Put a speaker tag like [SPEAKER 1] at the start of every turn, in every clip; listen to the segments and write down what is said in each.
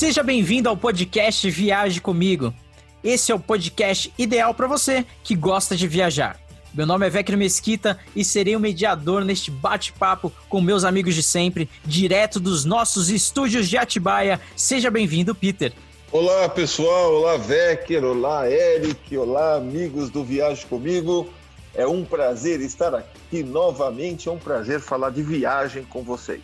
[SPEAKER 1] Seja bem-vindo ao podcast Viaje Comigo. Esse é o podcast ideal para você que gosta de viajar. Meu nome é Vecchio Mesquita e serei o mediador neste bate-papo com meus amigos de sempre, direto dos nossos estúdios de Atibaia. Seja bem-vindo, Peter.
[SPEAKER 2] Olá, pessoal. Olá, Vecchio. Olá, Eric. Olá, amigos do Viaje Comigo. É um prazer estar aqui novamente. É um prazer falar de viagem com vocês.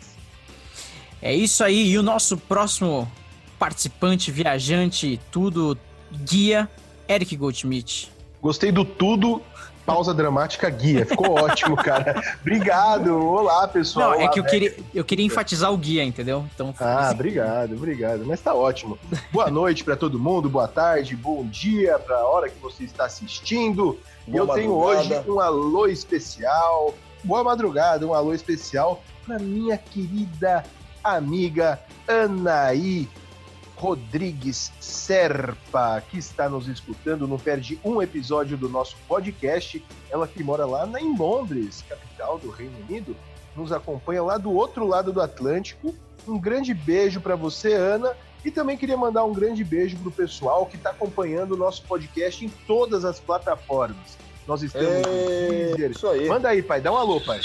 [SPEAKER 1] É isso aí. E o nosso próximo participante, viajante, tudo, guia, Eric Goldschmidt.
[SPEAKER 3] Gostei do tudo, pausa dramática, guia. Ficou ótimo, cara. Obrigado. Olá, pessoal.
[SPEAKER 1] Não,
[SPEAKER 3] olá,
[SPEAKER 1] é que eu queria enfatizar o guia, entendeu? Então,
[SPEAKER 3] obrigado. Mas tá ótimo. Boa noite para todo mundo, boa tarde, bom dia para a hora que você está assistindo. E eu tenho hoje um alô especial. Boa madrugada, um alô especial para minha querida amiga Anaí Rodrigues Serpa, que está nos escutando, não perde um episódio do nosso podcast. Ela que mora lá em Londres, capital do Reino Unido, nos acompanha lá do outro lado do Atlântico. Um grande beijo para você, Ana, e também queria mandar um grande beijo para o pessoal que está acompanhando o nosso podcast em todas as plataformas. Nós estamos no Deezer.
[SPEAKER 2] Isso aí.
[SPEAKER 3] Manda aí, pai, dá um alô, pai.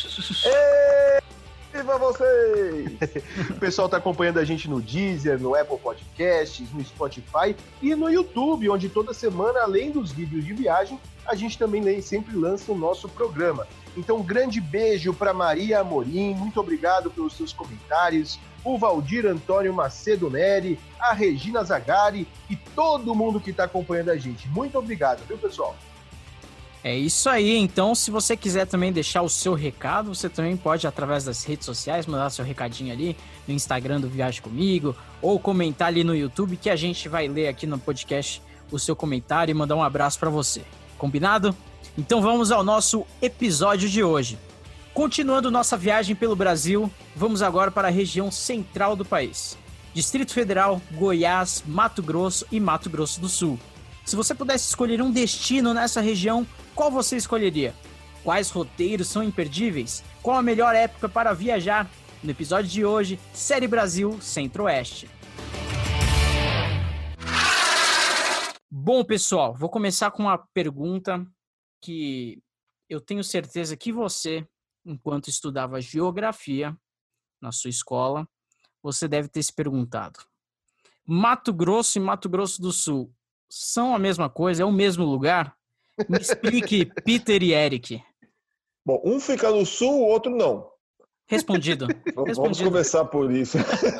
[SPEAKER 2] Viva vocês!
[SPEAKER 3] O pessoal está acompanhando a gente no Deezer, no Apple Podcasts, no Spotify e no YouTube, onde toda semana, além dos vídeos de viagem, a gente também sempre lança o nosso programa. Então, um grande beijo para Maria Amorim, muito obrigado pelos seus comentários, o Valdir Antônio Macedo Neri, a Regina Zagari e todo mundo que está acompanhando a gente. Muito obrigado, viu, pessoal?
[SPEAKER 1] É isso aí, então se você quiser também deixar o seu recado, você também pode, através das redes sociais, mandar seu recadinho ali no Instagram do Viaje Comigo, ou comentar ali no YouTube, que a gente vai ler aqui no podcast o seu comentário e mandar um abraço para você. Combinado? Então vamos ao nosso episódio de hoje. Continuando nossa viagem pelo Brasil, vamos agora para a região central do país. Distrito Federal, Goiás, Mato Grosso e Mato Grosso do Sul. Se você pudesse escolher um destino nessa região, qual você escolheria? Quais roteiros são imperdíveis? Qual a melhor época para viajar? No episódio de hoje, Série Brasil Centro-Oeste. Bom, pessoal, vou começar com uma pergunta que eu tenho certeza que você, enquanto estudava geografia na sua escola, você deve ter se perguntado. Mato Grosso e Mato Grosso do Sul são a mesma coisa? É o mesmo lugar? Me explique, Peter e Eric.
[SPEAKER 2] Bom, um fica no sul, o outro não.
[SPEAKER 1] Respondido.
[SPEAKER 2] Vamos começar por isso.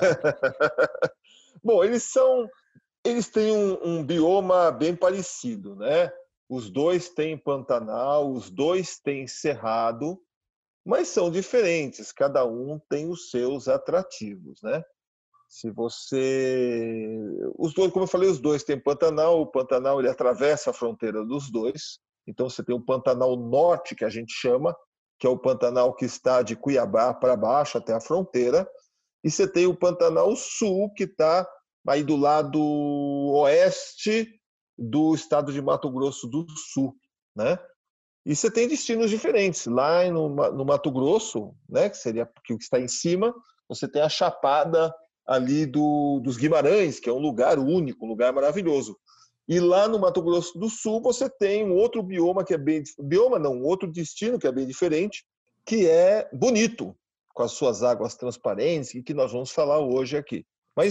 [SPEAKER 2] Bom, eles têm um bioma bem parecido, né? Os dois têm Pantanal, os dois têm Cerrado, mas são diferentes, cada um tem os seus atrativos, né? Os dois, como eu falei, os dois têm Pantanal. O Pantanal ele atravessa a fronteira dos dois. Então você tem o Pantanal Norte, que a gente chama, que é o Pantanal que está de Cuiabá para baixo até a fronteira. E você tem o Pantanal Sul, que está aí do lado oeste do estado de Mato Grosso do Sul, né? E você tem destinos diferentes. Lá no Mato Grosso, né, que seria o que está em cima, você tem a Chapada ali dos Guimarães, que é um lugar único, um lugar maravilhoso. E lá no Mato Grosso do Sul você tem um outro bioma que é um outro destino que é bem diferente, que é bonito, com as suas águas transparentes, e que nós vamos falar hoje aqui. Mas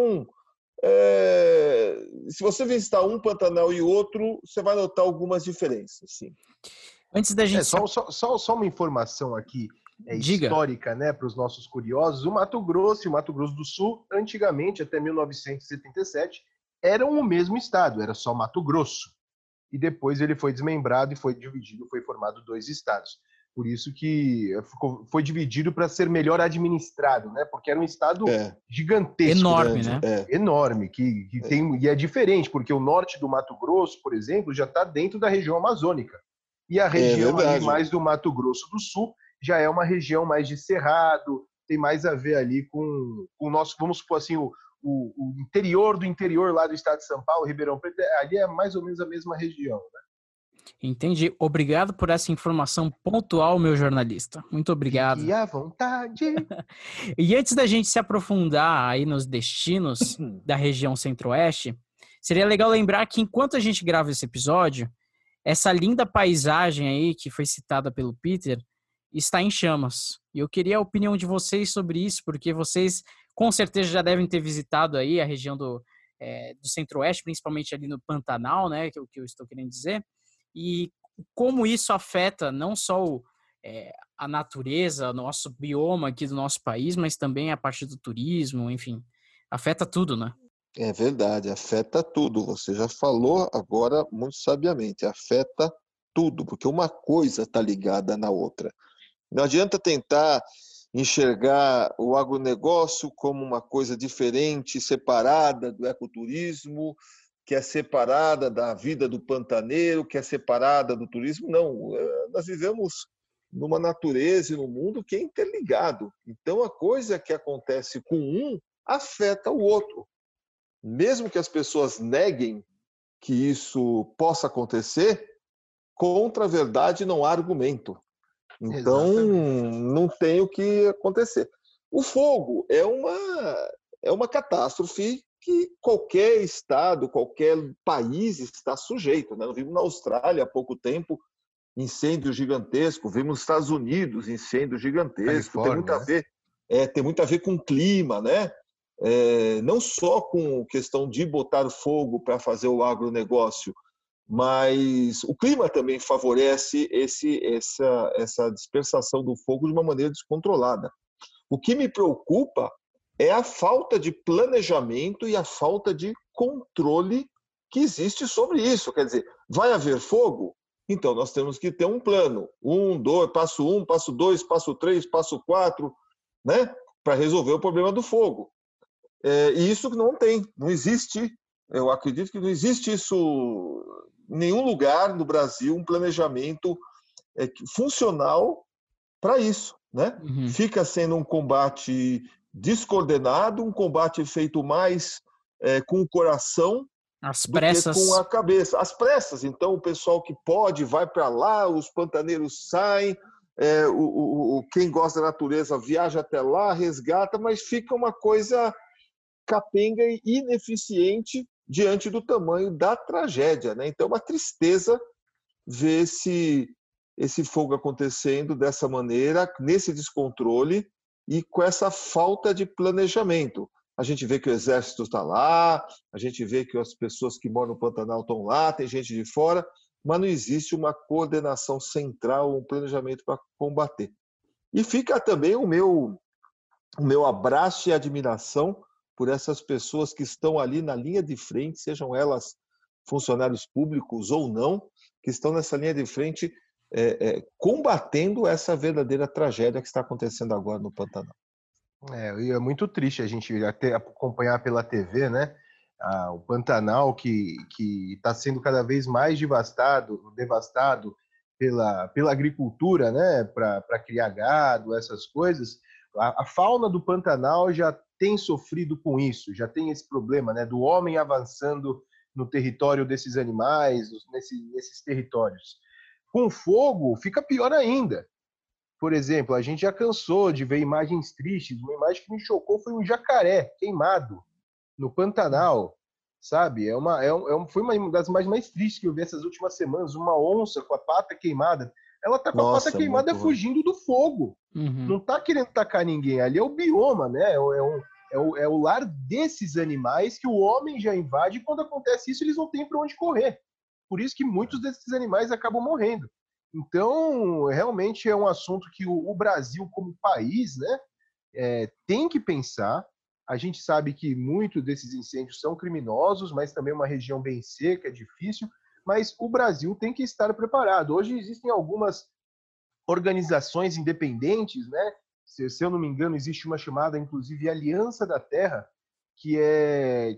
[SPEAKER 2] se você visitar um Pantanal e outro, você vai notar algumas diferenças, sim.
[SPEAKER 1] Antes da gente...
[SPEAKER 3] Só uma informação aqui. Histórica, né, para os nossos curiosos. O Mato Grosso e o Mato Grosso do Sul, antigamente, até 1977, eram o mesmo estado, era só Mato Grosso. E depois ele foi desmembrado e foi dividido, foi formado dois estados. Por isso que foi dividido para ser melhor administrado, né? Porque era um estado gigantesco.
[SPEAKER 1] Enorme,
[SPEAKER 3] grande,
[SPEAKER 1] né?
[SPEAKER 3] Enorme, e é diferente, porque o norte do Mato Grosso, por exemplo, já está dentro da região amazônica. E a região ali mais do Mato Grosso do Sul já é uma região mais de cerrado, tem mais a ver ali com o nosso, vamos supor assim, o interior do interior lá do estado de São Paulo, Ribeirão Preto, ali é mais ou menos a mesma região, né?
[SPEAKER 1] Entendi. Obrigado por essa informação pontual, meu jornalista. Muito obrigado.
[SPEAKER 3] Fique à vontade.
[SPEAKER 1] E antes da gente se aprofundar aí nos destinos da região centro-oeste, seria legal lembrar que enquanto a gente grava esse episódio, essa linda paisagem aí que foi citada pelo Peter está em chamas. E eu queria a opinião de vocês sobre isso, porque vocês com certeza já devem ter visitado aí a região do centro-oeste, principalmente ali no Pantanal, né, que é o que eu estou querendo dizer, e como isso afeta não só a natureza, nosso bioma aqui do nosso país, mas também a parte do turismo, enfim, afeta tudo, né?
[SPEAKER 2] É verdade, afeta tudo. Você já falou agora muito sabiamente, afeta tudo, porque uma coisa está ligada na outra. Não adianta tentar enxergar o agronegócio como uma coisa diferente, separada do ecoturismo, que é separada da vida do pantaneiro, que é separada do turismo. Não, nós vivemos numa natureza e num mundo que é interligado. Então, a coisa que acontece com um afeta o outro. Mesmo que as pessoas neguem que isso possa acontecer, contra a verdade não há argumento. Então, não tem o que acontecer. O fogo é uma catástrofe que qualquer estado, qualquer país está sujeito, né? Nós vimos na Austrália há pouco tempo incêndio gigantesco, vimos nos Estados Unidos incêndio gigantesco. Tem muito a ver com o clima, né? Não só com questão de botar fogo para fazer o agronegócio, mas o clima também favorece essa dispersação do fogo de uma maneira descontrolada. O que me preocupa é a falta de planejamento e a falta de controle que existe sobre isso. Quer dizer, vai haver fogo? Então nós temos que ter um plano. 1, 2, passo 1, passo 2, passo 3, passo 4, né? Para resolver o problema do fogo. E isso não existe. Eu acredito que não existe isso em nenhum lugar no Brasil, um planejamento funcional para isso, né?
[SPEAKER 1] Uhum.
[SPEAKER 2] Fica sendo um combate descoordenado, um combate feito mais com o coração do que com a cabeça. Às pressas. Então, o pessoal que pode vai para lá, os pantaneiros saem, quem gosta da natureza viaja até lá, resgata, mas fica uma coisa capenga e ineficiente diante do tamanho da tragédia, né? Então, é uma tristeza ver esse fogo acontecendo dessa maneira, nesse descontrole e com essa falta de planejamento. A gente vê que o exército está lá, a gente vê que as pessoas que moram no Pantanal estão lá, tem gente de fora, mas não existe uma coordenação central, um planejamento para combater. E fica também o meu abraço e admiração por essas pessoas que estão ali na linha de frente, sejam elas funcionários públicos ou não, que estão nessa linha de frente combatendo essa verdadeira tragédia que está acontecendo agora no Pantanal.
[SPEAKER 3] E é muito triste a gente até acompanhar pela TV, né? O Pantanal que está sendo cada vez mais devastado pela agricultura, né? Para criar gado, essas coisas. A fauna do Pantanal já tem sofrido com isso, já tem esse problema, né? Do homem avançando no território desses animais, nesses territórios. Com fogo, fica pior ainda. Por exemplo, a gente já cansou de ver imagens tristes. Uma imagem que me chocou foi um jacaré queimado no Pantanal, sabe? Foi uma das imagens mais tristes que eu vi essas últimas semanas. Uma onça com a pata queimada. Ela tá com a pata queimada fugindo do fogo.
[SPEAKER 1] Uhum.
[SPEAKER 3] Não tá querendo tacar ninguém. Ali é o bioma, né? É o lar desses animais que o homem já invade. E quando acontece isso, eles não têm para onde correr. Por isso que muitos desses animais acabam morrendo. Então, realmente é um assunto que o Brasil, como país, né, tem que pensar. A gente sabe que muitos desses incêndios são criminosos, mas também é uma região bem seca, é difícil. Mas o Brasil tem que estar preparado. Hoje existem algumas organizações independentes, né? Se eu não me engano, existe uma chamada, inclusive, Aliança da Terra, que é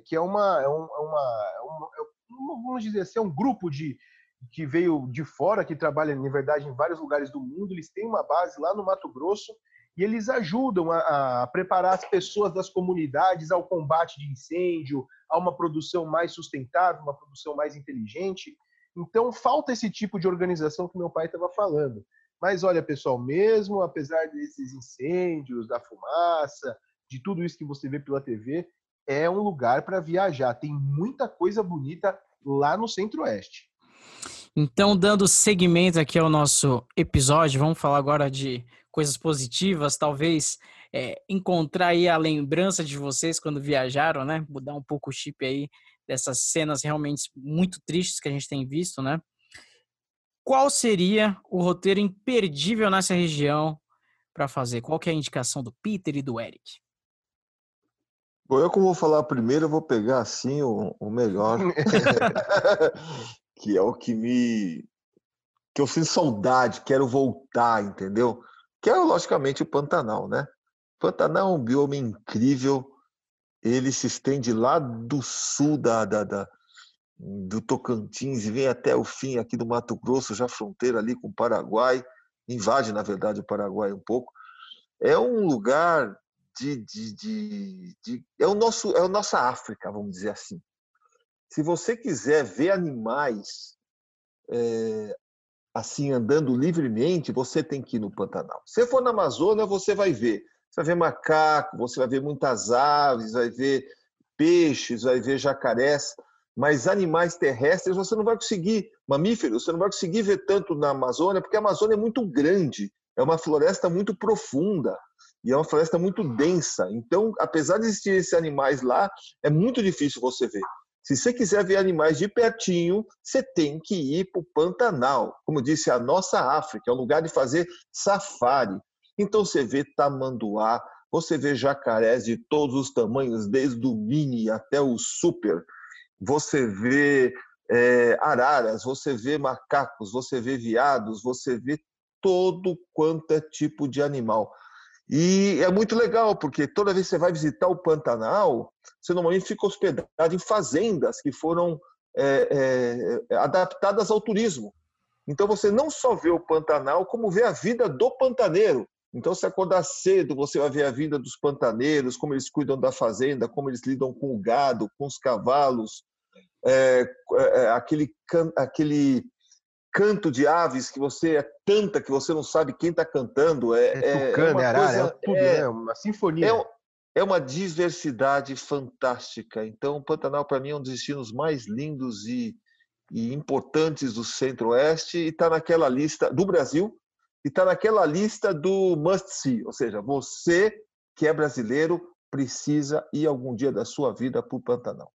[SPEAKER 3] vamos dizer assim, é um grupo que veio de fora, que trabalha, na verdade, em vários lugares do mundo. Eles têm uma base lá no Mato Grosso e eles ajudam a preparar as pessoas das comunidades ao combate de incêndio, a uma produção mais sustentável, uma produção mais inteligente. Então, falta esse tipo de organização que meu pai estava falando. Mas olha, pessoal, mesmo apesar desses incêndios, da fumaça, de tudo isso que você vê pela TV, é um lugar para viajar. Tem muita coisa bonita lá no Centro-Oeste.
[SPEAKER 1] Então, dando seguimento aqui ao nosso episódio, vamos falar agora de coisas positivas, talvez encontrar aí a lembrança de vocês quando viajaram, né? Mudar um pouco o chip aí dessas cenas realmente muito tristes que a gente tem visto, né? Qual seria o roteiro imperdível nessa região para fazer? Qual que é a indicação do Peter e do Eric?
[SPEAKER 2] Bom, eu como vou falar primeiro, eu vou pegar assim o melhor, que é o que eu sinto saudade, quero voltar, entendeu? Que é, logicamente, o Pantanal, né? O Pantanal é um bioma incrível, ele se estende lá do sul do Tocantins e vem até o fim aqui do Mato Grosso, já fronteira ali com o Paraguai, invade, na verdade, o Paraguai um pouco. É um lugar é a nossa África, vamos dizer assim. Se você quiser ver animais assim andando livremente, você tem que ir no Pantanal. Se for na Amazônia, você vai ver. Você vai ver macaco, você vai ver muitas aves, vai ver peixes, vai ver jacarés, mas animais terrestres você não vai conseguir, mamíferos, você não vai conseguir ver tanto na Amazônia, porque a Amazônia é muito grande, é uma floresta muito profunda e é uma floresta muito densa. Então, apesar de existir esses animais lá, é muito difícil você ver. Se você quiser ver animais de pertinho, você tem que ir para o Pantanal. Como eu disse, a nossa África é um lugar de fazer safari. Então você vê tamanduá, você vê jacarés de todos os tamanhos, desde o mini até o super. Você vê araras, você vê macacos, você vê veados, você vê todo quanto é tipo de animal. E é muito legal, porque toda vez que você vai visitar o Pantanal, você normalmente fica hospedado em fazendas que foram adaptadas ao turismo. Então você não só vê o Pantanal, como vê a vida do pantaneiro. Então, se acordar cedo, você vai ver a vida dos pantaneiros, como eles cuidam da fazenda, como eles lidam com o gado, com os cavalos, aquele canto de aves que você é tanta que você não sabe quem está cantando.
[SPEAKER 3] Tucano, arara, coisa, tudo, né? Uma sinfonia.
[SPEAKER 2] É uma diversidade fantástica. Então, o Pantanal, para mim, é um dos destinos mais lindos e importantes do Centro-Oeste e está naquela lista do Brasil e está naquela lista do must see, ou seja, você que é brasileiro precisa ir algum dia da sua vida para o Pantanal.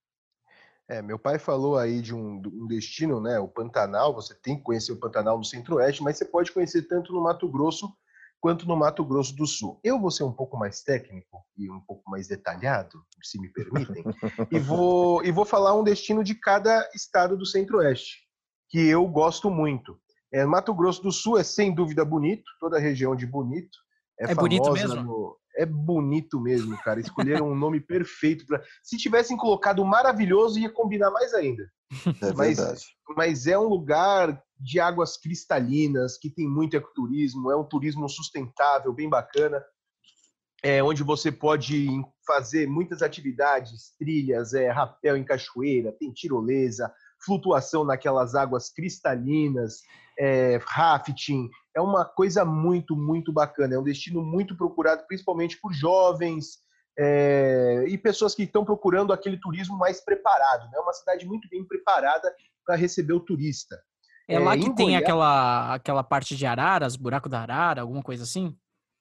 [SPEAKER 3] Meu pai falou aí de um destino, né? O Pantanal, você tem que conhecer o Pantanal no Centro-Oeste, mas você pode conhecer tanto no Mato Grosso quanto no Mato Grosso do Sul. Eu vou ser um pouco mais técnico e um pouco mais detalhado, se me permitem, e vou falar um destino de cada estado do Centro-Oeste, que eu gosto muito. Mato Grosso do Sul é sem dúvida bonito, toda a região de Bonito.
[SPEAKER 1] É bonito mesmo?
[SPEAKER 3] É bonito mesmo, cara. Escolheram um nome perfeito. Se tivessem colocado maravilhoso, ia combinar mais ainda.
[SPEAKER 2] É verdade.
[SPEAKER 3] Mas é um lugar de águas cristalinas, que tem muito ecoturismo, é um turismo sustentável, bem bacana, onde você pode fazer muitas atividades, trilhas, rapel em cachoeira, tem tirolesa, flutuação naquelas águas cristalinas, rafting. É uma coisa muito, muito bacana. É um destino muito procurado, principalmente por jovens e pessoas que estão procurando aquele turismo mais preparado. É uma cidade muito bem preparada para receber o turista.
[SPEAKER 1] É lá que tem aquela parte de araras, buraco da arara, alguma coisa assim?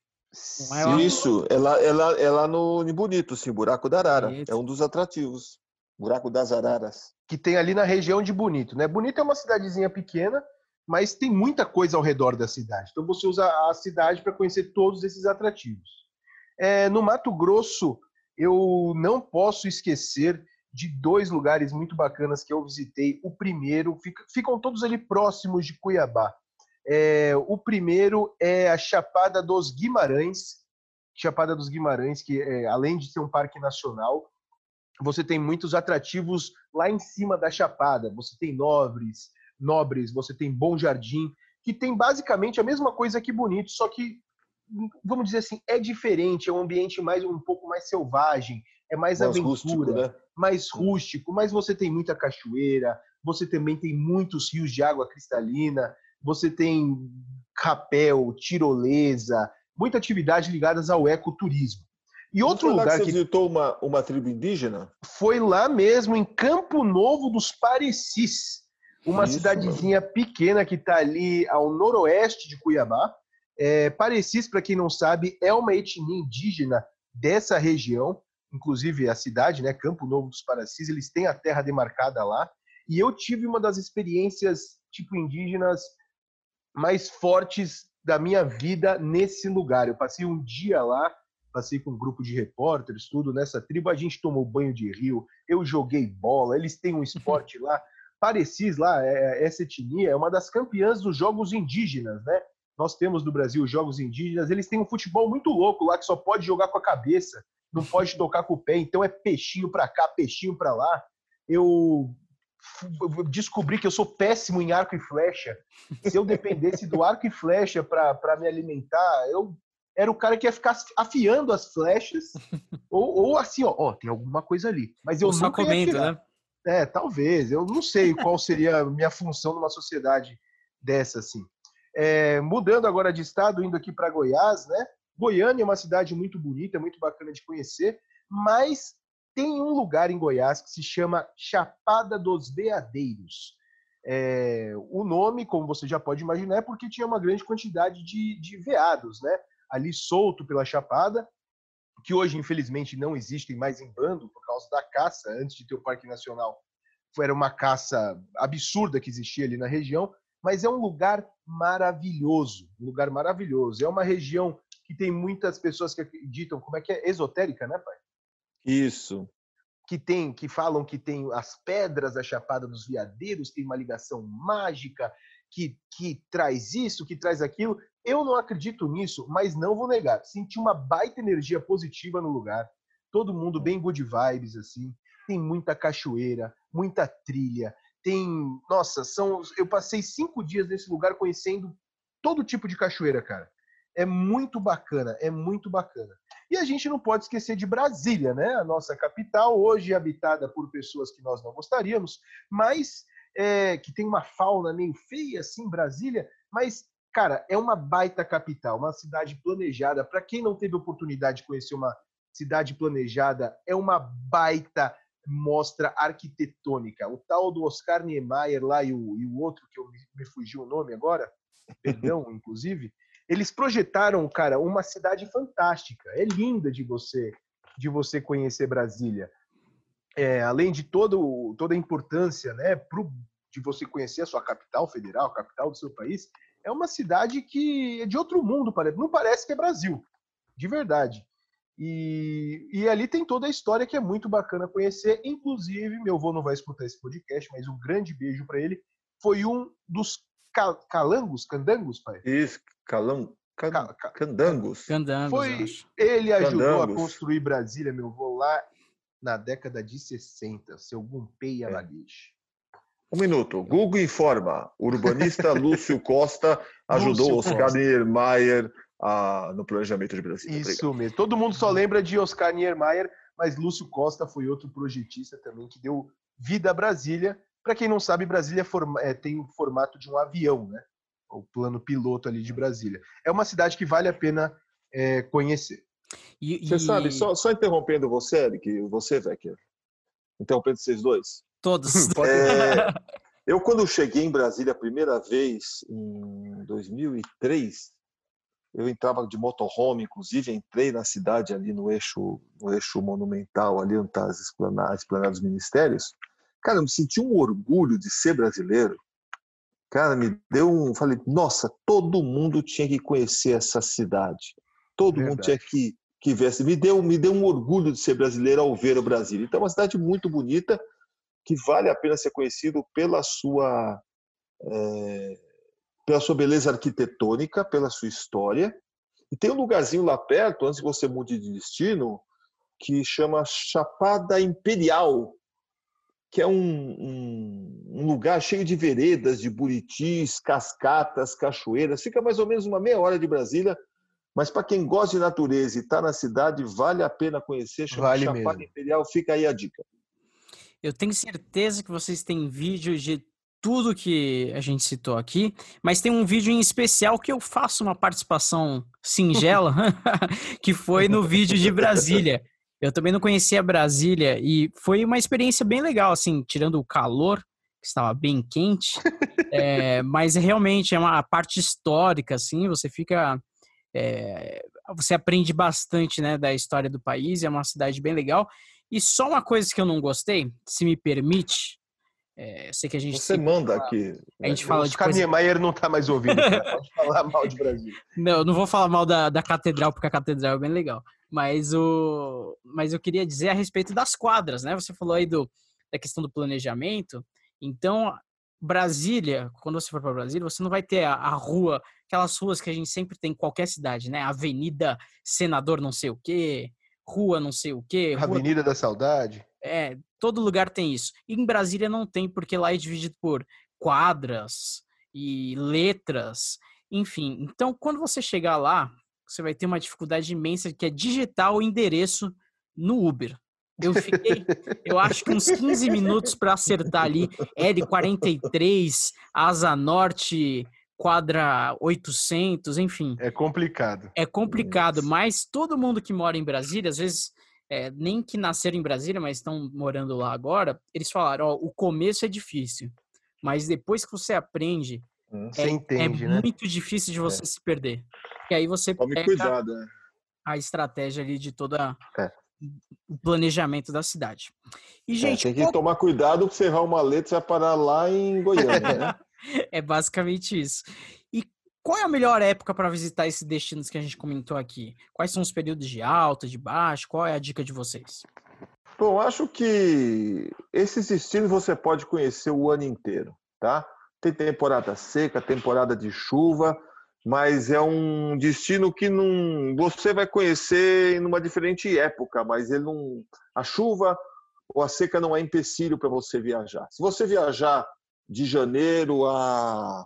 [SPEAKER 2] Isso, é lá no Bonito, sim, buraco da arara. É um dos atrativos. Buraco das Araras.
[SPEAKER 3] Que tem ali na região de Bonito, né? Bonito é uma cidadezinha pequena, mas tem muita coisa ao redor da cidade. Então você usa a cidade para conhecer todos esses atrativos. No Mato Grosso, eu não posso esquecer de 2 lugares muito bacanas que eu visitei. O primeiro, ficam todos ali próximos de Cuiabá. O primeiro é a Chapada dos Guimarães. Chapada dos Guimarães, que além de ser um parque nacional, você tem muitos atrativos lá em cima da Chapada. Você tem Nobres, você tem Bom Jardim, que tem basicamente a mesma coisa que Bonito, só que, vamos dizer assim, é diferente, é um ambiente um pouco mais selvagem, é mais aventura, rústico, né? Mais rústico, mas você tem muita cachoeira, você também tem muitos rios de água cristalina, você tem rapel, tirolesa, muita atividade ligadas ao ecoturismo. E outro lugar
[SPEAKER 2] que você visitou uma tribo indígena?
[SPEAKER 3] Foi lá mesmo, em Campo Novo dos Parecis, uma cidadezinha pequena que está ali ao noroeste de Cuiabá. Parecis, para quem não sabe, é uma etnia indígena dessa região, inclusive a cidade, né, Campo Novo dos Parecis, eles têm a terra demarcada lá. E eu tive uma das experiências tipo indígenas mais fortes da minha vida nesse lugar. Eu passei um dia lá, passei com um grupo de repórteres, tudo nessa tribo, a gente tomou banho de rio, eu joguei bola, eles têm um esporte lá. Parecis lá, essa etnia é uma das campeãs dos jogos indígenas, né? Nós temos no Brasil os jogos indígenas, eles têm um futebol muito louco lá, que só pode jogar com a cabeça, não pode tocar com o pé, então é peixinho pra cá, peixinho pra lá. Eu descobri que eu sou péssimo em arco e flecha. Se eu dependesse do arco e flecha para me alimentar, eu era o cara que ia ficar afiando as flechas, ou assim, ó, tem alguma coisa ali. Mas eu nunca ia atirar. Né? Talvez. Eu não sei qual seria a minha função numa sociedade dessa, assim. Mudando agora de estado, indo aqui para Goiás, né? Goiânia é uma cidade muito bonita, muito bacana de conhecer, mas tem um lugar em Goiás que se chama Chapada dos Veadeiros. O nome, como você já pode imaginar, é porque tinha uma grande quantidade de veados, né? Ali solto pela Chapada, que hoje, infelizmente, não existem mais em bando por causa da caça. Antes de ter o Parque Nacional, era uma caça absurda que existia ali na região, mas é um lugar maravilhoso, É uma região que tem muitas pessoas que acreditam, como é que é? Esotérica, né, pai?
[SPEAKER 2] Isso.
[SPEAKER 3] Que falam que tem as pedras da Chapada dos Veadeiros, tem uma ligação mágica, que traz isso, que traz aquilo. Eu não acredito nisso, mas não vou negar. Senti uma baita energia positiva no lugar. Todo mundo bem good vibes, assim. Tem muita cachoeira, muita trilha. Eu passei 5 dias nesse lugar conhecendo todo tipo de cachoeira, cara. É muito bacana, é muito bacana. E a gente não pode esquecer de Brasília, né? A nossa capital, hoje habitada por pessoas que nós não gostaríamos, mas que tem uma fauna meio feia, assim, Brasília, mas, cara, é uma baita capital, uma cidade planejada. Para quem não teve oportunidade de conhecer uma cidade planejada, é uma baita mostra arquitetônica. O tal do Oscar Niemeyer lá e o outro, que me fugiu o nome agora, perdão, inclusive, eles projetaram, cara, uma cidade fantástica. É linda de você conhecer Brasília. Além de toda a importância, né, de você conhecer a sua capital federal, a capital do seu país, é uma cidade que é de outro mundo, não parece que é Brasil, de verdade. E ali tem toda a história que é muito bacana conhecer. Inclusive, meu avô não vai escutar esse podcast, mas um grande beijo para ele. Foi um dos candangos, pai?
[SPEAKER 2] Isso, candangos.
[SPEAKER 3] Ele ajudou a construir Brasília, meu avô, lá na década de 60, seu Gumpei Alaguiche.
[SPEAKER 2] Um minuto. Google informa. O urbanista Lúcio Costa ajudou Oscar Niemeyer no planejamento de Brasília.
[SPEAKER 3] Isso mesmo. Todo mundo só lembra de Oscar Niemeyer, mas Lúcio Costa foi outro projetista também que deu vida a Brasília. Para quem não sabe, Brasília tem o formato de um avião, né? O plano piloto ali de Brasília. É uma cidade que vale a pena conhecer.
[SPEAKER 2] Você sabe, só interrompendo você, Eric, você, Wecker, interrompendo vocês dois.
[SPEAKER 1] Todos.
[SPEAKER 2] Eu, quando cheguei em Brasília a primeira vez, em 2003, eu entrava de motorhome, inclusive entrei na cidade ali no eixo monumental, ali onde estão as esplanadas dos ministérios. Cara, eu me senti um orgulho de ser brasileiro. Cara, falei, nossa, todo mundo tinha que conhecer essa cidade. Todo mundo tinha que ver. Me deu um orgulho de ser brasileiro ao ver o Brasil. Então, é uma cidade muito bonita, que vale a pena ser conhecido pela sua beleza arquitetônica, pela sua história. E tem um lugarzinho lá perto, antes que você mude de destino, que chama Chapada Imperial, que é um lugar cheio de veredas, de buritis, cascatas, cachoeiras. Fica mais ou menos uma meia hora de Brasília, mas para quem gosta de natureza e está na cidade, vale a pena conhecer. Chama Chapada Imperial, fica aí a dica.
[SPEAKER 1] Eu tenho certeza que vocês têm vídeo de tudo que a gente citou aqui, mas tem um vídeo em especial que eu faço uma participação singela, que foi no vídeo de Brasília. Eu também não conhecia Brasília e foi uma experiência bem legal, assim, tirando o calor, que estava bem quente, mas realmente é uma parte histórica, assim, você fica... você aprende bastante, né, da história do país, é uma cidade bem legal. E só uma coisa que eu não gostei, se me permite, sei que a gente
[SPEAKER 2] Você manda aqui.
[SPEAKER 1] a gente fala de
[SPEAKER 3] Oscar
[SPEAKER 1] coisa...
[SPEAKER 3] Niemeyer não tá mais ouvindo, cara. Pode falar mal de Brasília.
[SPEAKER 1] Não, eu não vou falar mal da catedral, porque a catedral é bem legal. Mas eu queria dizer a respeito das quadras, né? Você falou aí da questão do planejamento. Então, Brasília, quando você for para Brasília, você não vai ter a rua, aquelas ruas que a gente sempre tem em qualquer cidade, né? Avenida Senador não sei o quê, rua não sei o quê.
[SPEAKER 3] Avenida da Saudade.
[SPEAKER 1] Todo lugar tem isso. E em Brasília não tem, porque lá é dividido por quadras e letras, enfim. Então, quando você chegar lá, você vai ter uma dificuldade imensa que é digitar o endereço no Uber. Eu acho que uns 15 minutos para acertar ali, L43, Asa Norte, quadra 800, enfim.
[SPEAKER 3] É complicado.
[SPEAKER 1] É complicado, mas todo mundo que mora em Brasília, às vezes, nem que nasceram em Brasília, mas estão morando lá agora, eles falaram, ó, o começo é difícil, mas depois que você aprende,
[SPEAKER 3] você entende, né?
[SPEAKER 1] muito difícil de você se perder. E aí você
[SPEAKER 2] Tome cuidado, né?
[SPEAKER 1] A estratégia ali de toda o planejamento da cidade. E, gente,
[SPEAKER 2] tem que tomar cuidado que você errar uma letra, você vai parar lá em Goiânia, né?
[SPEAKER 1] É basicamente isso. E qual é a melhor época para visitar esses destinos que a gente comentou aqui? Quais são os períodos de alta, de baixo? Qual é a dica de vocês?
[SPEAKER 2] Bom, acho que esses destinos você pode conhecer o ano inteiro, tá? Tem temporada seca, temporada de chuva, mas é um destino que não, você vai conhecer em uma diferente época, mas ele não, a chuva ou a seca não é empecilho para você viajar. Se você viajar de janeiro a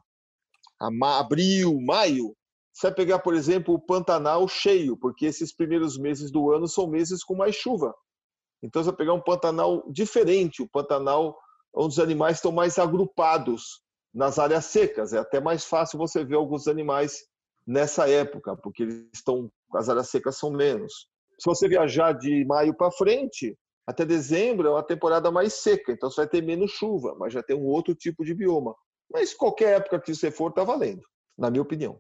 [SPEAKER 2] abril, maio, você vai pegar, por exemplo, o Pantanal cheio, porque esses primeiros meses do ano são meses com mais chuva. Então você vai pegar um Pantanal diferente, o Pantanal onde os animais estão mais agrupados nas áreas secas. É até mais fácil você ver alguns animais nessa época, porque as áreas secas são menos. Se você viajar de maio para frente, até dezembro é uma temporada mais seca, então você vai ter menos chuva, mas já tem um outro tipo de bioma. Mas qualquer época que você for, está valendo, na minha opinião.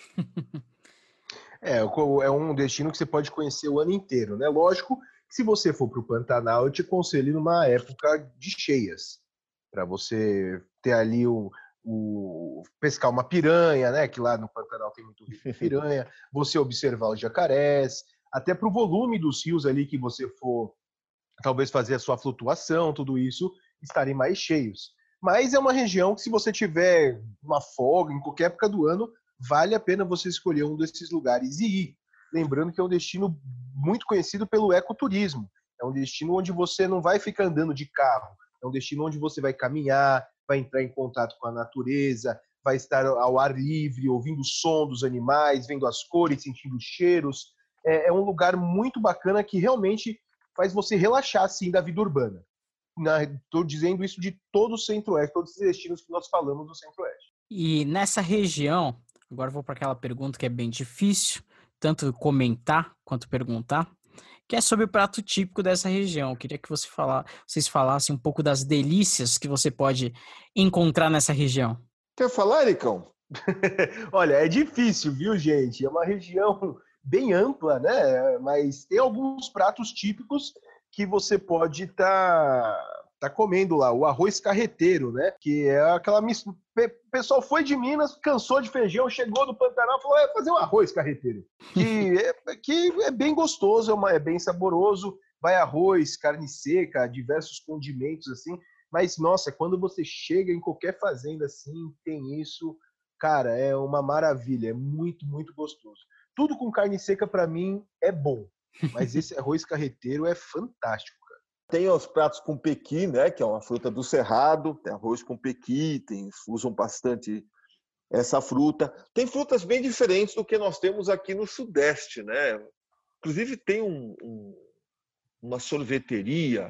[SPEAKER 3] É um destino que você pode conhecer o ano inteiro, né? Lógico que se você for para o Pantanal, eu te aconselho numa época de cheias, para você ter ali pescar uma piranha, né? Que lá no Pantanal tem muito rio de piranha, você observar os jacarés, até para o volume dos rios ali que você for talvez fazer a sua flutuação, tudo isso estarem mais cheios. Mas é uma região que, se você tiver uma folga em qualquer época do ano, vale a pena você escolher um desses lugares e ir. Lembrando que é um destino muito conhecido pelo ecoturismo. É um destino onde você não vai ficar andando de carro. É um destino onde você vai caminhar, vai entrar em contato com a natureza, vai estar ao ar livre, ouvindo o som dos animais, vendo as cores, sentindo os cheiros. É um lugar muito bacana que realmente faz você relaxar, assim, da vida urbana. Estou dizendo isso de todo o Centro-Oeste, todos os destinos que nós falamos do Centro-Oeste.
[SPEAKER 1] E nessa região, agora eu vou para aquela pergunta que é bem difícil, tanto comentar quanto perguntar, que é sobre o prato típico dessa região. Eu queria que vocês falassem um pouco das delícias que você pode encontrar nessa região.
[SPEAKER 2] Quer falar, Ericão?
[SPEAKER 3] Olha, é difícil, viu, gente? É uma região bem ampla, né? Mas tem alguns pratos típicos que você pode tá comendo lá. O arroz carreteiro, né? Que é aquela mistura. O pessoal foi de Minas, cansou de feijão, chegou do Pantanal e falou: fazer um arroz carreteiro. Que é bem gostoso, é bem saboroso. Vai arroz, carne seca, diversos condimentos assim. Mas, nossa, quando você chega em qualquer fazenda assim, tem isso, cara, é uma maravilha. É muito, muito gostoso. Tudo com carne seca, para mim, é bom. Mas esse arroz carreteiro é fantástico, cara.
[SPEAKER 2] Tem os pratos com pequi, né? Que é uma fruta do cerrado. Tem arroz com pequi, usam bastante essa fruta. Tem frutas bem diferentes do que nós temos aqui no Sudeste, né? Inclusive tem uma sorveteria,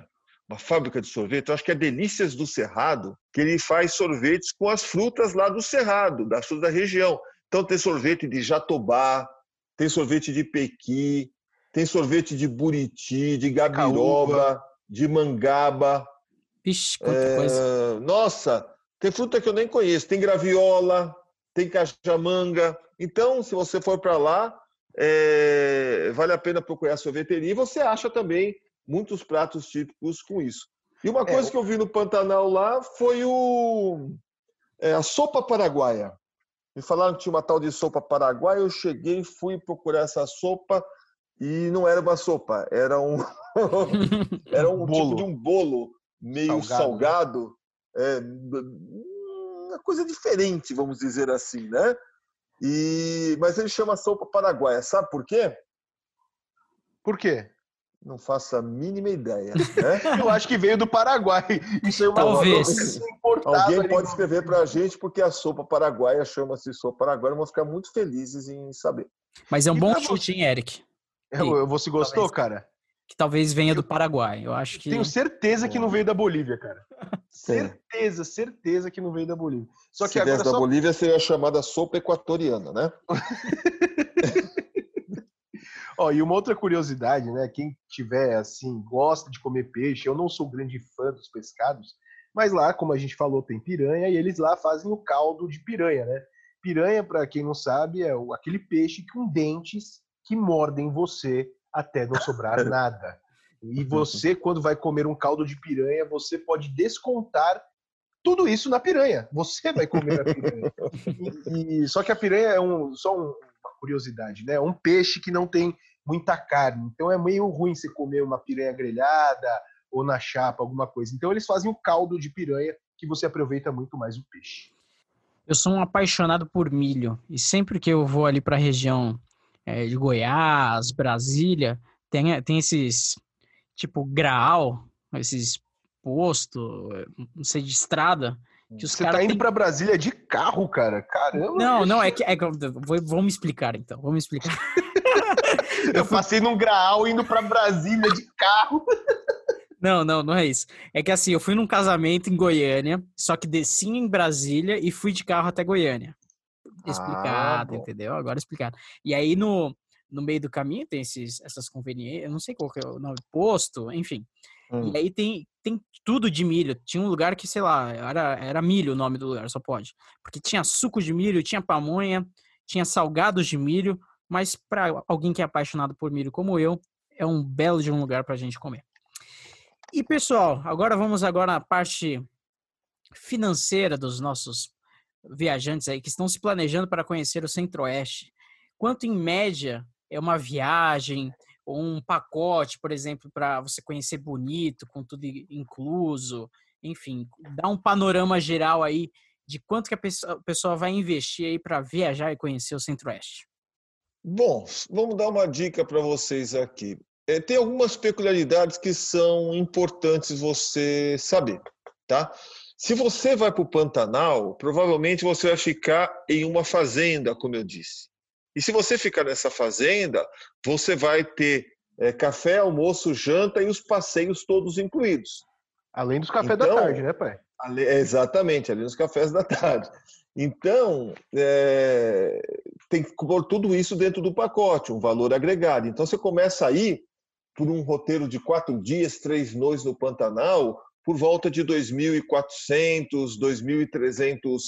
[SPEAKER 2] uma fábrica de sorvete, eu acho que é Delícias do Cerrado, que ele faz sorvetes com as frutas lá do Cerrado, das frutas da região. Então tem sorvete de jatobá, tem sorvete de pequi, tem sorvete de buriti, de gabiroba, de mangaba.
[SPEAKER 1] Vixe, quanta coisa.
[SPEAKER 2] Nossa, tem fruta que eu nem conheço. Tem graviola, tem cajamanga. Então, se você for para lá, vale a pena procurar a sorveteria e você acha também muitos pratos típicos com isso. E uma coisa que eu vi no Pantanal lá foi a sopa paraguaia. Me falaram que tinha uma tal de sopa paraguaia, eu cheguei, fui procurar essa sopa e não era uma sopa, era um tipo de um bolo meio salgado, uma coisa diferente, vamos dizer assim, né? Mas ele chama sopa paraguaia, sabe por quê?
[SPEAKER 3] Por quê?
[SPEAKER 2] Não faço a mínima ideia, né?
[SPEAKER 3] Eu acho que veio do Paraguai. Isso é uma
[SPEAKER 1] Talvez.
[SPEAKER 2] Alguém pode escrever para a gente porque a sopa paraguaia chama-se sopa paraguaia. Vamos ficar muito felizes em saber.
[SPEAKER 1] Mas é um bom chute, hein, Eric?
[SPEAKER 3] Você gostou, cara?
[SPEAKER 1] Que talvez venha do Paraguai. Eu acho que...
[SPEAKER 3] Tenho certeza que não veio da Bolívia, cara. Certeza que não veio da Bolívia. Só que
[SPEAKER 2] se
[SPEAKER 3] agora
[SPEAKER 2] viesse da Bolívia seria chamada sopa equatoriana, né?
[SPEAKER 3] E uma outra curiosidade, né? Quem tiver, assim, gosta de comer peixe, eu não sou grande fã dos pescados, mas lá, como a gente falou, tem piranha e eles lá fazem o caldo de piranha, né? Piranha, para quem não sabe, é aquele peixe com dentes que mordem você até não sobrar nada. E você, quando vai comer um caldo de piranha, você pode descontar tudo isso na piranha. Você vai comer a piranha. Só que a piranha é só uma curiosidade, né? É um peixe que não tem muita carne. Então é meio ruim você comer uma piranha grelhada ou na chapa, alguma coisa. Então eles fazem o caldo de piranha que você aproveita muito mais o peixe.
[SPEAKER 1] Eu sou um apaixonado por milho. E sempre que eu vou ali para a região de Goiás, Brasília, tem esses, tipo, graal, esses postos, não sei, de estrada. Que os
[SPEAKER 3] Você tá indo para Brasília de carro, cara? Caramba!
[SPEAKER 1] Não, é que vou me explicar, então. Vou me explicar.
[SPEAKER 3] Eu passei num graal indo para Brasília de carro.
[SPEAKER 1] Não é isso. É que assim, eu fui num casamento em Goiânia, só que desci em Brasília e fui de carro até Goiânia. Explicado, entendeu? Agora explicado. E aí no meio do caminho tem essas conveniências, eu não sei qual que é o nome, posto, enfim. E aí tem tudo de milho. Tinha um lugar que, sei lá, era milho o nome do lugar, só pode. Porque tinha suco de milho, tinha pamonha, tinha salgados de milho, mas para alguém que é apaixonado por milho como eu, é um belo de um lugar pra gente comer. E pessoal, vamos na parte financeira dos nossos viajantes aí que estão se planejando para conhecer o Centro-Oeste. Quanto em média é uma viagem ou um pacote, por exemplo, para você conhecer Bonito, com tudo incluso, enfim, dá um panorama geral aí de quanto que a pessoa vai investir aí para viajar e conhecer o Centro-Oeste.
[SPEAKER 2] Bom, vamos dar uma dica para vocês aqui. Tem algumas peculiaridades que são importantes você saber, tá? Se você vai para o Pantanal, provavelmente você vai ficar em uma fazenda, como eu disse. E se você ficar nessa fazenda, você vai ter café, almoço, janta e os passeios todos incluídos.
[SPEAKER 3] Além dos cafés da tarde, né, pai?
[SPEAKER 2] Exatamente, além dos cafés da tarde. Então, tem que pôr tudo isso dentro do pacote, um valor agregado. Então, você começa a ir por um roteiro de 4 dias, 3 noites no Pantanal, por volta de R$ 2.400, R$ 2.300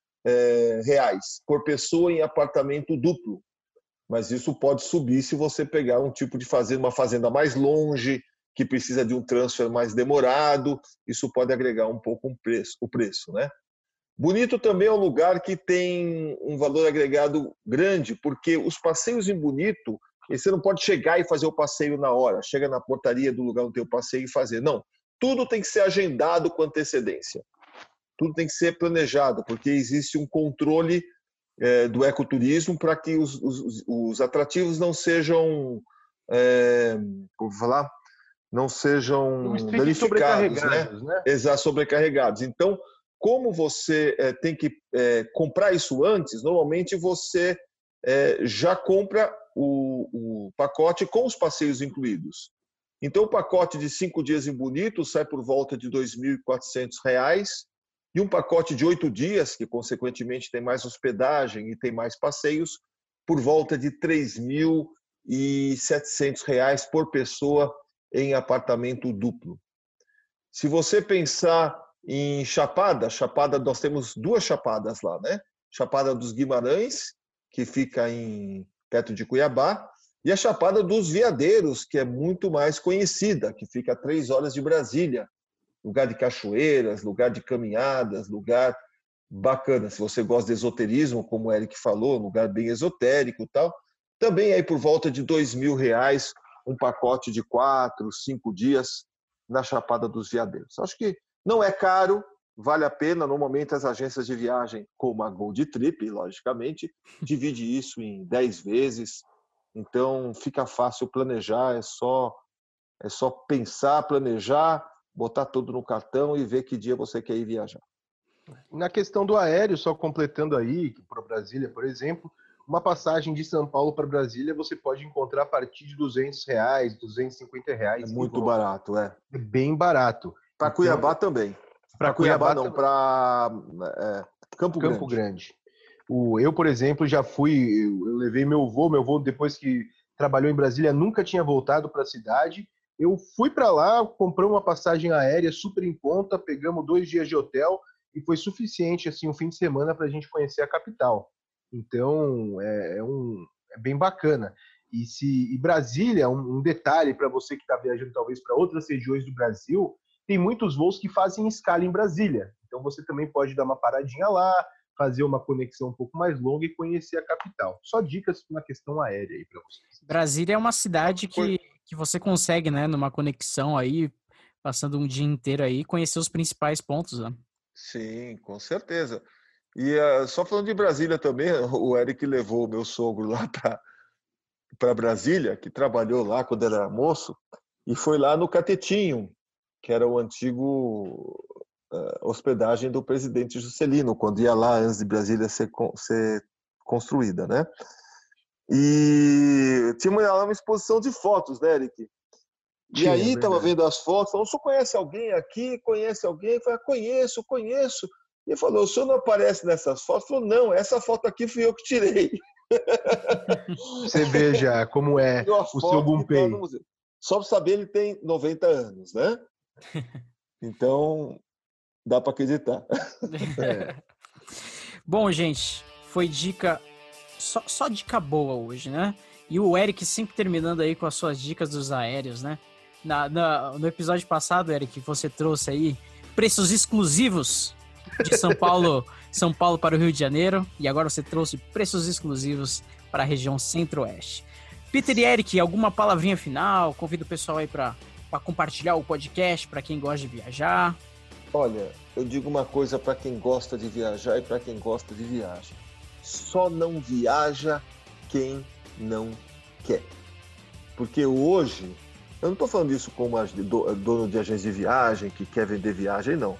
[SPEAKER 2] reais por pessoa em apartamento duplo. Mas isso pode subir se você pegar um tipo de fazenda, uma fazenda mais longe, que precisa de um transfer mais demorado, isso pode agregar um pouco o preço, né? Bonito também é um lugar que tem um valor agregado grande, porque os passeios em Bonito, você não pode chegar e fazer o passeio na hora, chega na portaria do lugar onde tem o passeio e fazer. Não, tudo tem que ser agendado com antecedência. Tudo tem que ser planejado, porque existe um controle do ecoturismo para que os atrativos não sejam, como falar, não sejam danificados, né? Exato, sobrecarregados. Então, como você tem que comprar isso antes, normalmente você já compra o pacote com os passeios incluídos. Então, o pacote de 5 dias em Bonito sai por volta de R$ 2.400, e um pacote de 8 dias, que consequentemente tem mais hospedagem e tem mais passeios, por volta de R$ 3.700 por pessoa em apartamento duplo. Se você pensar em Chapada, nós temos 2 chapadas lá, né? Chapada dos Guimarães, que fica perto de Cuiabá, e a Chapada dos Veadeiros, que é muito mais conhecida, que fica a 3 horas de Brasília. Lugar de cachoeiras, lugar de caminhadas, lugar bacana. Se você gosta de esoterismo, como o Eric falou, lugar bem esotérico e tal, também aí por volta de R$ 2.000, um pacote de 4, 5 dias na Chapada dos Veadeiros. Acho que não é caro, vale a pena. Normalmente as agências de viagem, como a Gold Trip, logicamente, divide isso em 10 vezes. Então fica fácil planejar, é só pensar, planejar, botar tudo no cartão e ver que dia você quer ir viajar.
[SPEAKER 3] Na questão do aéreo, só completando aí, para Brasília, por exemplo, uma passagem de São Paulo para Brasília você pode encontrar a partir de R$ 200, R$ 250.
[SPEAKER 2] É muito barato, é.
[SPEAKER 3] É bem barato.
[SPEAKER 2] Para Cuiabá também. Para Cuiabá não, para Campo Grande.
[SPEAKER 3] Eu, por exemplo, já fui, eu levei meu avô depois que trabalhou em Brasília, nunca tinha voltado para a cidade. Eu fui para lá, comprei uma passagem aérea super em conta, pegamos 2 dias de hotel e foi suficiente, assim, um fim de semana para a gente conhecer a capital. Então, é bem bacana. E Brasília, um detalhe para você que está viajando talvez para outras regiões do Brasil, tem muitos voos que fazem escala em Brasília. Então, você também pode dar uma paradinha lá, fazer uma conexão um pouco mais longa e conhecer a capital. Só dicas na questão aérea aí para vocês.
[SPEAKER 1] Brasília é uma cidade que você consegue, né, numa conexão aí, passando um dia inteiro aí, conhecer os principais pontos, né?
[SPEAKER 2] Sim, com certeza. E só falando de Brasília também, o Eric levou o meu sogro lá para Brasília, que trabalhou lá quando era moço, e foi lá no Catetinho, que era o antigo hospedagem do presidente Juscelino, quando ia lá antes de Brasília ser construída, né? E tinha lá uma exposição de fotos, né, Eric? E aí estava vendo as fotos, falou, o senhor conhece alguém aqui? Conhece alguém? Eu falei, conheço. E ele falou, o senhor não aparece nessas fotos? Ele falou, não, essa foto aqui fui eu que tirei.
[SPEAKER 3] Você veja como é o seu Gunpei.
[SPEAKER 2] Só para saber, ele tem 90 anos, né? Então, dá para acreditar.
[SPEAKER 1] Bom, gente, foi dica... Só dica boa hoje, né? E o Eric sempre terminando aí com as suas dicas dos aéreos, né? No episódio passado, Eric, você trouxe aí preços exclusivos de São Paulo para o Rio de Janeiro. E agora você trouxe preços exclusivos para a região Centro-Oeste. Peter e Eric, alguma palavrinha final? Convido o pessoal aí para compartilhar o podcast para quem gosta de viajar.
[SPEAKER 2] Olha, eu digo uma coisa para quem gosta de viajar e para quem gosta de viagem. Só não viaja quem não quer. Porque hoje, eu não estou falando isso como dono de agência de viagem que quer vender viagem, não.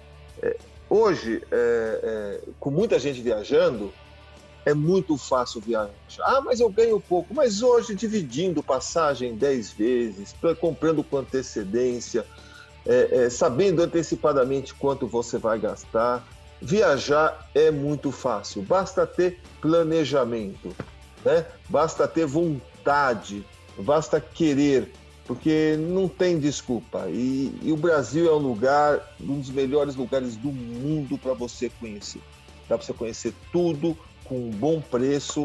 [SPEAKER 2] Hoje, com muita gente viajando, é muito fácil viajar. Ah, mas eu ganho pouco. Mas hoje, dividindo passagem 10 vezes, comprando com antecedência, sabendo antecipadamente quanto você vai gastar, viajar é muito fácil. Basta ter planejamento, né? Basta ter vontade, basta querer, porque não tem desculpa. E o Brasil é um dos melhores lugares do mundo para você conhecer. Dá para você conhecer tudo com um bom preço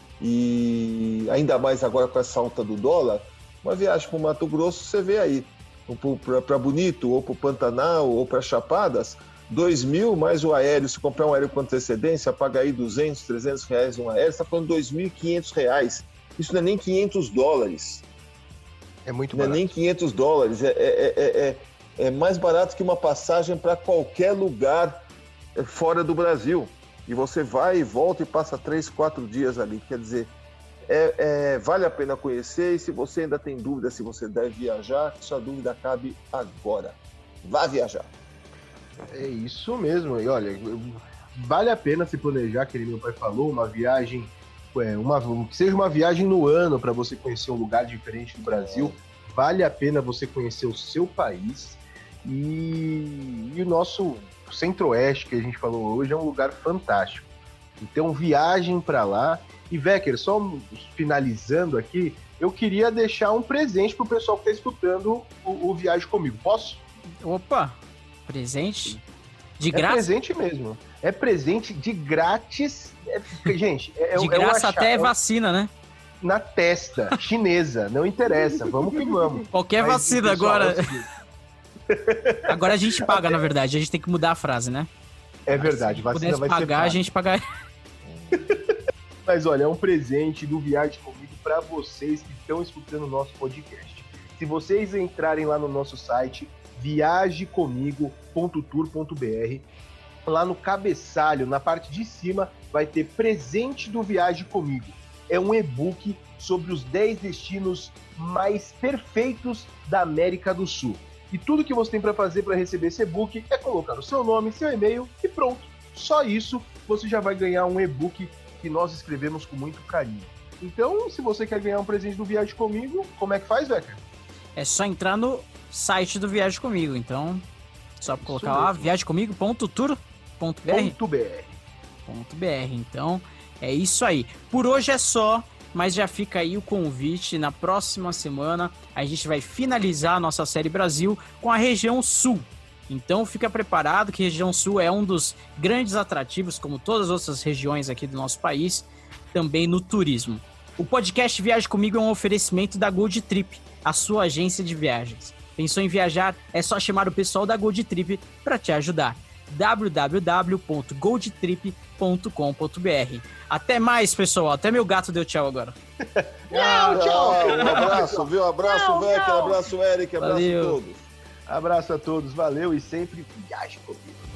[SPEAKER 2] e ainda mais agora com essa alta do dólar. Uma viagem para o Mato Grosso, você vê aí, para Bonito, ou para o Pantanal, ou para Chapadas, 2.000 mais o aéreo. Se comprar um aéreo com antecedência, paga aí 200, 300 reais um aéreo, você está falando R$2.500. Isso não é nem $500.
[SPEAKER 3] É muito
[SPEAKER 2] barato. Não é nem $500. É mais barato que uma passagem para qualquer lugar fora do Brasil. E você vai e volta e passa 3, 4 dias ali. Quer dizer, vale a pena conhecer. E se você ainda tem dúvida se você deve viajar, sua dúvida cabe agora. Vá viajar.
[SPEAKER 3] É isso mesmo. E olha, vale a pena se planejar, que meu pai falou, uma viagem, que seja uma viagem no ano para você conhecer um lugar diferente do Brasil. vale a pena você conhecer o seu país. E o nosso Centro-Oeste, que a gente falou hoje, é um lugar fantástico. Então, viagem para lá. E, Wecker, só finalizando aqui, eu queria deixar um presente pro pessoal que está escutando o Viagem Comigo. Posso?
[SPEAKER 1] Opa! Presente? De
[SPEAKER 3] graça? É presente mesmo. É presente de grátis. Gente,
[SPEAKER 1] de graça até vacina, né?
[SPEAKER 3] Na testa, chinesa, não interessa, vamos que vamos.
[SPEAKER 1] Qualquer vacina agora. Agora a gente paga, na verdade, a gente tem que mudar a frase, né?
[SPEAKER 3] É verdade, vacina vai
[SPEAKER 1] pagar,
[SPEAKER 3] ser
[SPEAKER 1] a gente pagar.
[SPEAKER 3] Mas olha, é um presente do Viagem Comigo para vocês que estão escutando o nosso podcast. Se vocês entrarem lá no nosso site, viagecomigo.tour.br, lá no cabeçalho, na parte de cima, vai ter presente do Viagem Comigo. É um e-book sobre os 10 destinos mais perfeitos da América do Sul. E tudo que você tem para fazer para receber esse e-book é colocar o seu nome, seu e-mail e pronto. Só isso, você já vai ganhar um e-book que nós escrevemos com muito carinho. Então, se você quer ganhar um presente do Viagem Comigo, como é que faz, Wecker?
[SPEAKER 1] É só entrar no site do Viagem Comigo. Então, só colocar lá viagemcomigo.tour.br. Então, é isso aí. Por hoje é só, mas já fica aí o convite. Na próxima semana, a gente vai finalizar a nossa série Brasil com a região Sul. Então, fica preparado que a região Sul é um dos grandes atrativos, como todas as outras regiões aqui do nosso país, também no turismo. O podcast Viagem Comigo é um oferecimento da Gold Trip, a sua agência de viagens. Pensou em viajar? É só chamar o pessoal da Gold Trip para te ajudar. www.goldtrip.com.br. Até mais, pessoal. Até meu gato deu tchau agora.
[SPEAKER 2] Tchau. Um abraço, viu? Abraço, Wecker. Abraço, Eric. Abraço a todos.
[SPEAKER 3] Abraço a todos. Valeu e sempre viaje comigo.